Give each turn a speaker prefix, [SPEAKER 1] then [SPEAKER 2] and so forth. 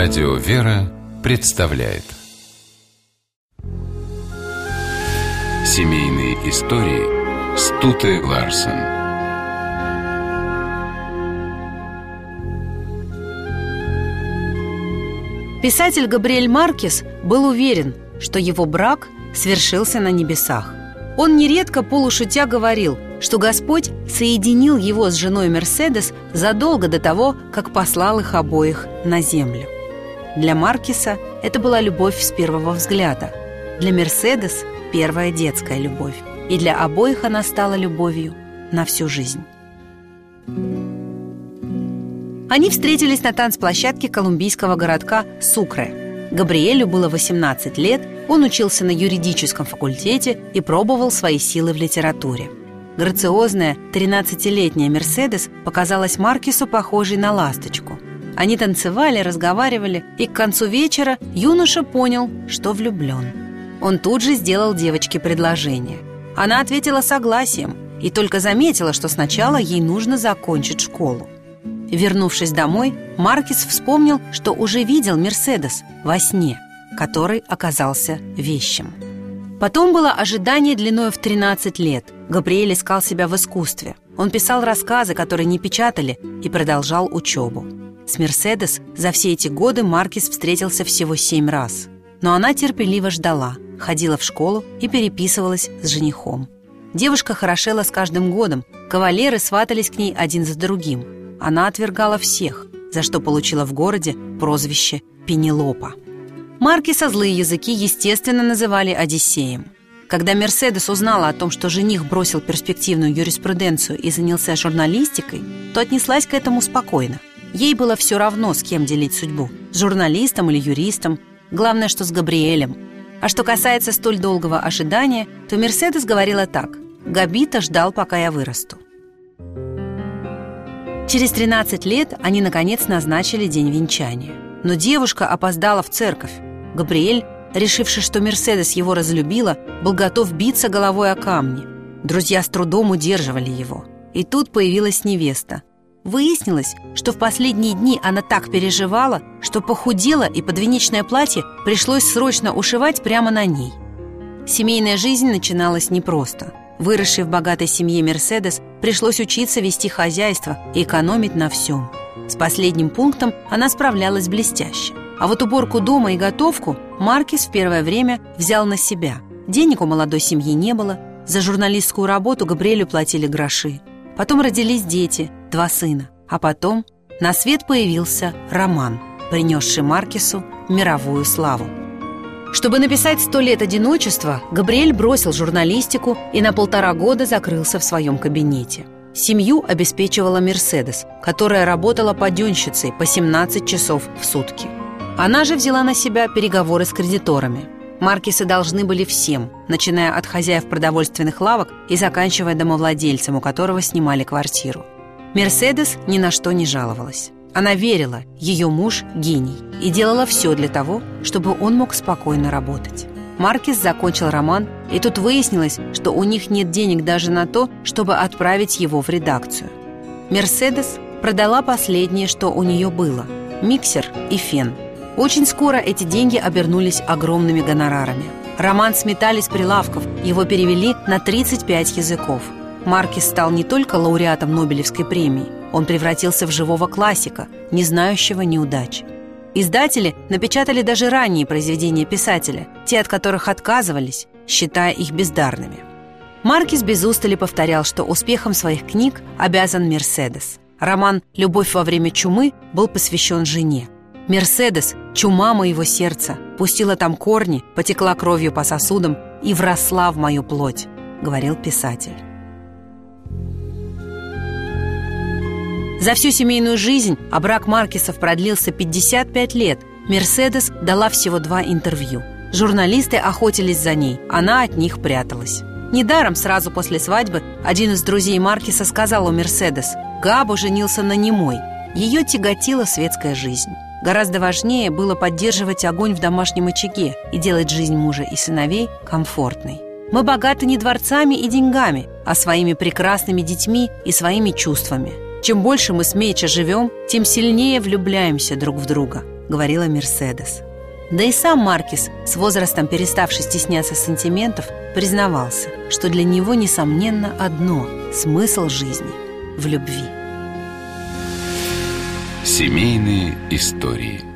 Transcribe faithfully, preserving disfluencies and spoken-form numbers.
[SPEAKER 1] Радио «Вера» представляет семейные истории Стуте Ларсен.
[SPEAKER 2] Писатель Габриэль Маркес был уверен, что его брак свершился на небесах. Он нередко полушутя говорил, что Господь соединил его с женой Мерседес задолго до того, как послал их обоих на землю. Для Маркеса это была любовь с первого взгляда, для Мерседес – первая детская любовь, и для обоих она стала любовью на всю жизнь. Они встретились на танцплощадке колумбийского городка Сукре. Габриэлю было восемнадцать лет, он учился на юридическом факультете и пробовал свои силы в литературе. Грациозная тринадцатилетняя Мерседес показалась Маркесу похожей на ласточку. Они танцевали, разговаривали, и к концу вечера юноша понял, что влюблен. Он тут же сделал девочке предложение. Она ответила согласием и только заметила, что сначала ей нужно закончить школу. Вернувшись домой, Маркес вспомнил, что уже видел Мерседес во сне, который оказался вещим. Потом было ожидание длиной в тринадцать лет. Габриэль искал себя в искусстве. Он писал рассказы, которые не печатали, и продолжал учебу. С Мерседес за все эти годы Маркес встретился всего семь раз. Но она терпеливо ждала, ходила в школу и переписывалась с женихом. Девушка хорошела с каждым годом, кавалеры сватались к ней один за другим. Она отвергала всех, за что получила в городе прозвище Пенелопа. Маркеса злые языки, естественно, называли Одиссеем. Когда Мерседес узнала о том, что жених бросил перспективную юриспруденцию и занялся журналистикой, то отнеслась к этому спокойно. Ей было все равно, с кем делить судьбу – с журналистом или юристом, главное, что с Габриэлем. А что касается столь долгого ожидания, то Мерседес говорила так: «Габита ждал, пока я вырасту». Через тринадцать лет они, наконец, назначили день венчания. Но девушка опоздала в церковь. Габриэль, решивший, что Мерседес его разлюбила, был готов биться головой о камни. Друзья с трудом удерживали его. И тут появилась невеста. Выяснилось, что в последние дни она так переживала, что похудела, и подвенечное платье пришлось срочно ушивать прямо на ней. Семейная жизнь начиналась непросто. Выросшей в богатой семье Мерседес пришлось учиться вести хозяйство и экономить на всем. С последним пунктом она справлялась блестяще. А вот уборку дома и готовку Маркес в первое время взял на себя. Денег у молодой семьи не было, за журналистскую работу Габриэлю платили гроши. Потом родились дети, два сына. А потом на свет появился роман, принесший Маркесу мировую славу. Чтобы написать «Сто лет одиночества», Габриэль бросил журналистику и на полтора года закрылся в своем кабинете. Семью обеспечивала Мерседес, которая работала паденщицей по семнадцать часов в сутки. Она же взяла на себя переговоры с кредиторами. Маркесы должны были всем, начиная от хозяев продовольственных лавок и заканчивая домовладельцем, у которого снимали квартиру. Мерседес ни на что не жаловалась. Она верила, ее муж – гений, и делала все для того, чтобы он мог спокойно работать. Маркес закончил роман, и тут выяснилось, что у них нет денег даже на то, чтобы отправить его в редакцию. Мерседес продала последнее, что у нее было – миксер и фен. Очень скоро эти деньги обернулись огромными гонорарами. Роман сметали с прилавков, его перевели на тридцать пять языков. Маркес стал не только лауреатом Нобелевской премии, он превратился в живого классика, не знающего неудач. Издатели напечатали даже ранние произведения писателя, те, от которых отказывались, считая их бездарными. Маркес без устали повторял, что успехом своих книг обязан Мерседес. Роман «Любовь во время чумы» был посвящен жене. «Мерседес, чума моего сердца, пустила там корни, потекла кровью по сосудам и вросла в мою плоть», — говорил писатель. За всю семейную жизнь, а брак Маркесов продлился пятьдесят пять лет, Мерседес дала всего два интервью. Журналисты охотились за ней, она от них пряталась. Недаром сразу после свадьбы один из друзей Маркеса сказал у Мерседес: «Габо женился на немой». Ее тяготила светская жизнь. Гораздо важнее было поддерживать огонь в домашнем очаге и делать жизнь мужа и сыновей комфортной. Мы богаты не дворцами и деньгами, а своими прекрасными детьми и своими чувствами. Чем больше мы с Меча живем, тем сильнее влюбляемся друг в друга. говорила Мерседес. Да и сам Маркес, с возрастом переставший стесняться сантиментов, признавался, что для него, несомненно, одно – смысл жизни в любви.
[SPEAKER 1] Семейные истории.